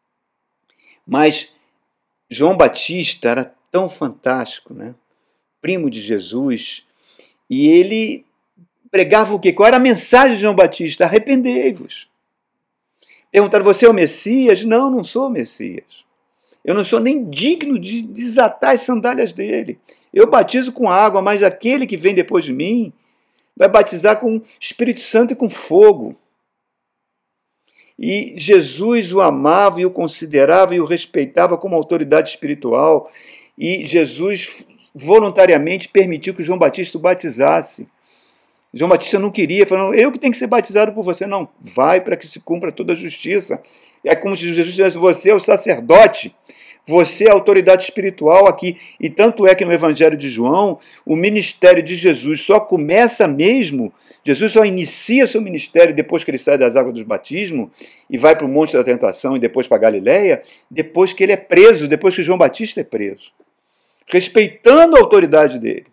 Mas João Batista era tão fantástico, né? Primo de Jesus, e ele pregava o quê? Qual era a mensagem de João Batista? Arrependei-vos. Perguntaram, você é o Messias? Não, não sou o Messias. Eu não sou nem digno de desatar as sandálias dele. Eu batizo com água, mas aquele que vem depois de mim vai batizar com Espírito Santo e com fogo. E Jesus o amava e o considerava e o respeitava como autoridade espiritual. E Jesus voluntariamente permitiu que João Batista o batizasse. João Batista não queria, falando, eu que tenho que ser batizado por você. Não, vai para que se cumpra toda a justiça. É como se Jesus dissesse, você é o sacerdote, Você é a autoridade espiritual aqui. E tanto é que no Evangelho de João, o ministério de Jesus só começa mesmo, Jesus só inicia seu ministério depois que ele sai das águas do batismo e vai para o Monte da Tentação e depois para Galileia, depois que ele é preso, depois que João Batista é preso. Respeitando a autoridade dele.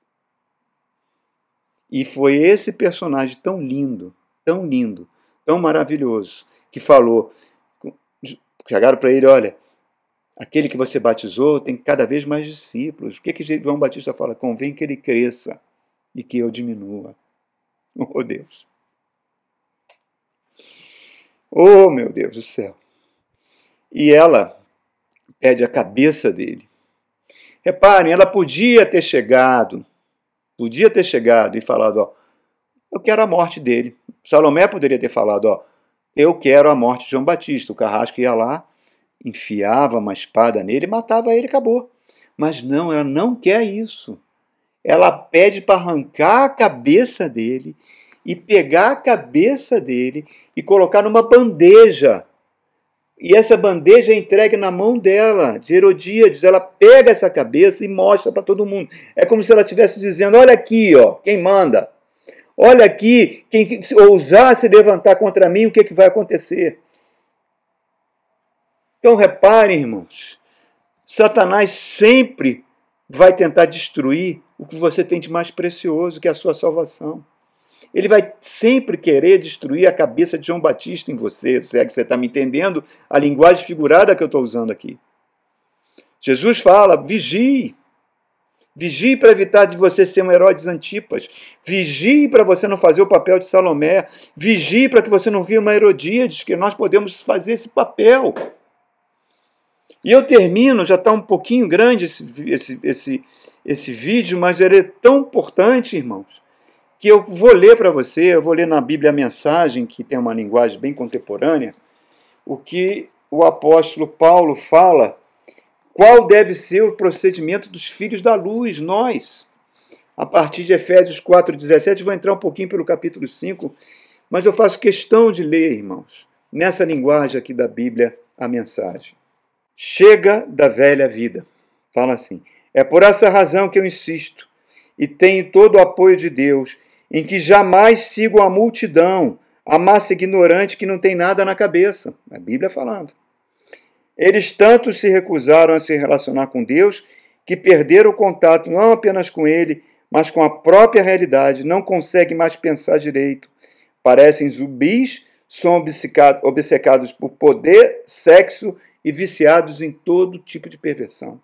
E foi esse personagem tão lindo, tão lindo, tão maravilhoso, que falou, chegaram para ele, olha, aquele que você batizou tem cada vez mais discípulos. O que, que João Batista fala? Convém que ele cresça e que eu diminua. Oh, Deus. Oh, meu Deus do céu. E ela pede a cabeça dele. Reparem, ela podia ter chegado, podia ter chegado e falado, ó, eu quero a morte dele. Salomé poderia ter falado, ó, eu quero a morte de João Batista. O carrasco ia lá, enfiava uma espada nele, matava ele e acabou. Mas não, ela não quer isso. Ela pede para arrancar a cabeça dele e pegar a cabeça dele e colocar numa bandeja. E essa bandeja é entregue na mão dela, de Herodíades. Ela pega essa cabeça e mostra para todo mundo. É como se ela estivesse dizendo, olha aqui, ó, quem manda. Olha aqui, quem ousar se levantar contra mim, o que, que vai acontecer? Então reparem, irmãos, Satanás sempre vai tentar destruir o que você tem de mais precioso, que é a sua salvação. Ele vai sempre querer destruir a cabeça de João Batista em você, se é que você está me entendendo a linguagem figurada que eu estou usando aqui. Jesus fala, vigie. Vigie para evitar de você ser um herói de Antipas. Vigie para você não fazer o papel de Salomé. Vigie para que você não vire uma Herodíades, que nós podemos fazer esse papel. E eu termino, já está um pouquinho grande esse, esse, esse, esse vídeo, mas ele é tão importante, irmãos, que eu vou ler para você, eu vou ler na Bíblia a Mensagem, que tem uma linguagem bem contemporânea, o que o apóstolo Paulo fala. Qual deve ser o procedimento dos filhos da luz, nós? A partir de Efésios quatro, dezessete, vou entrar um pouquinho pelo capítulo cinco, mas eu faço questão de ler, irmãos, nessa linguagem aqui da Bíblia, a Mensagem. Chega da velha vida. Fala assim, é por essa razão que eu insisto, e tenho todo o apoio de Deus, em que jamais sigo a multidão, a massa ignorante que não tem nada na cabeça. A Bíblia falando. Eles tanto se recusaram a se relacionar com Deus que perderam o contato não apenas com Ele, mas com a própria realidade, não conseguem mais pensar direito. Parecem zumbis, são obcecados por poder, sexo e viciados em todo tipo de perversão.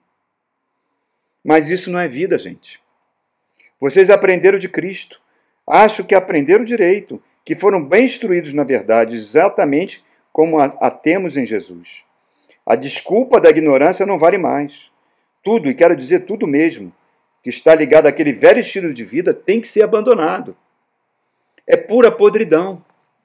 Mas isso não é vida, gente. Vocês aprenderam de Cristo. Acho que aprenderam direito, que foram bem instruídos na verdade, exatamente como a, a temos em Jesus. A desculpa da ignorância não vale mais. Tudo, e quero dizer tudo mesmo, que está ligado àquele velho estilo de vida tem que ser abandonado. É pura podridão.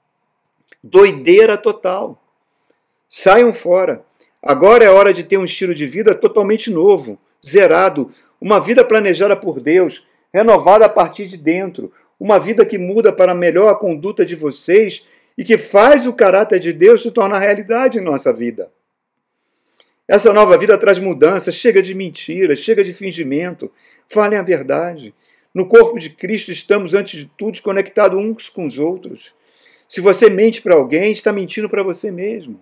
Doideira total. Saiam fora. Agora é hora de ter um estilo de vida totalmente novo, zerado, uma vida planejada por Deus, renovada a partir de dentro, uma vida que muda para melhor a conduta de vocês e que faz o caráter de Deus se tornar realidade em nossa vida. Essa nova vida traz mudança, chega de mentiras, chega de fingimento. Falem a verdade. No corpo de Cristo estamos, antes de tudo, conectados uns com os outros. Se você mente para alguém, está mentindo para você mesmo.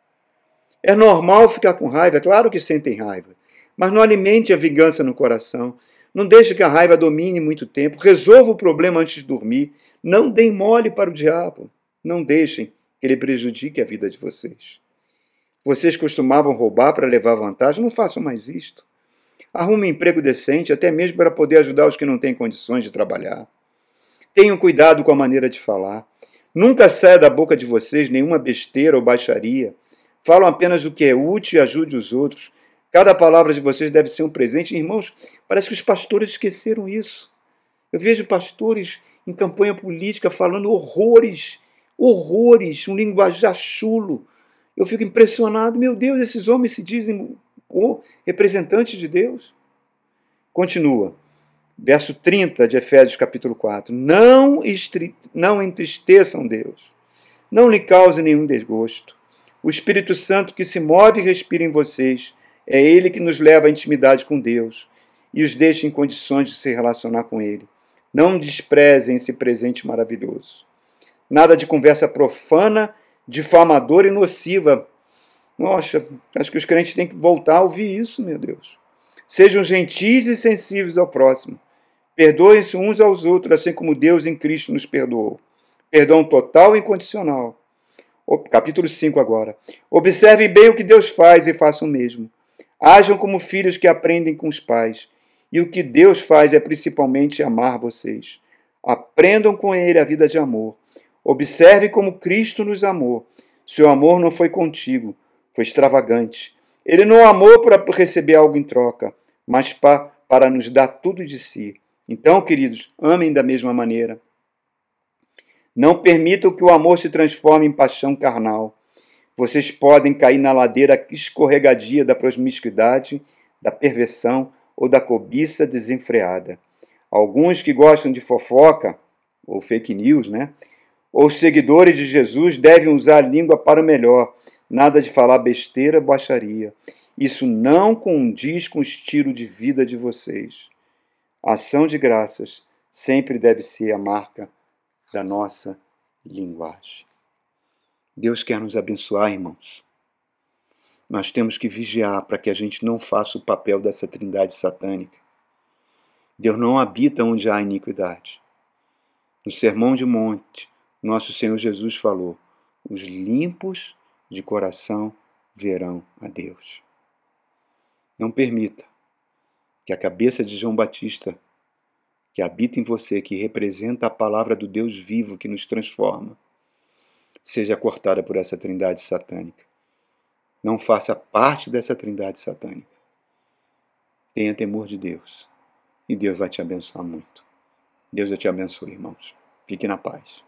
É normal ficar com raiva, é claro que sentem raiva, mas não alimente a vingança no coração. Não deixe que a raiva domine muito tempo. Resolva o problema antes de dormir. Não deem mole para o diabo. Não deixem que ele prejudique a vida de vocês. Vocês costumavam roubar para levar vantagem, não façam mais isto. Arrume um emprego decente, até mesmo para poder ajudar os que não têm condições de trabalhar. Tenham cuidado com a maneira de falar. Nunca saia da boca de vocês nenhuma besteira ou baixaria. Falam apenas o que é útil e ajude os outros. Cada palavra de vocês deve ser um presente. Irmãos, parece que os pastores esqueceram isso. Eu vejo pastores em campanha política falando horrores, horrores, um linguajar chulo. Eu fico impressionado, meu Deus, esses homens se dizem oh, representantes de Deus. Continua, verso trinta de Efésios capítulo quatro. Não, estri... não entristeçam Deus, não lhe cause nenhum desgosto. O Espírito Santo que se move e respira em vocês, É Ele que nos leva à intimidade com Deus e os deixa em condições de se relacionar com Ele. Não desprezem esse presente maravilhoso. Nada de conversa profana, difamadora e nociva. Nossa, acho que os crentes têm que voltar a ouvir isso, meu Deus. Sejam gentis e sensíveis ao próximo. Perdoem-se uns aos outros, assim como Deus em Cristo nos perdoou. Perdão total e incondicional. Capítulo cinco agora. Observem bem o que Deus faz e façam o mesmo. Ajam como filhos que aprendem com os pais. E o que Deus faz é principalmente amar vocês. Aprendam com Ele a vida de amor. Observe como Cristo nos amou. Seu amor não foi contigo, foi extravagante. Ele não amou para receber algo em troca, mas pa, para nos dar tudo de si. Então, queridos, amem da mesma maneira. Não permitam que o amor se transforme em paixão carnal. Vocês podem cair na ladeira escorregadia da promiscuidade, da perversão ou da cobiça desenfreada. Alguns que gostam de fofoca, ou fake news, né? Ou seguidores de Jesus devem usar a língua para o melhor, nada de falar besteira, baixaria. Isso não condiz com o estilo de vida de vocês. A ação de graças sempre deve ser a marca da nossa linguagem. Deus quer nos abençoar, irmãos. Nós temos que vigiar para que a gente não faça o papel dessa trindade satânica. Deus não habita onde há iniquidade. No Sermão de Monte, nosso Senhor Jesus falou: os limpos de coração verão a Deus. Não permita que a cabeça de João Batista, que habita em você, que representa a palavra do Deus vivo que nos transforma, seja cortada por essa trindade satânica. Não faça parte dessa trindade satânica. Tenha temor de Deus e Deus vai te abençoar muito. Deus te abençoe, irmãos. Fique na paz.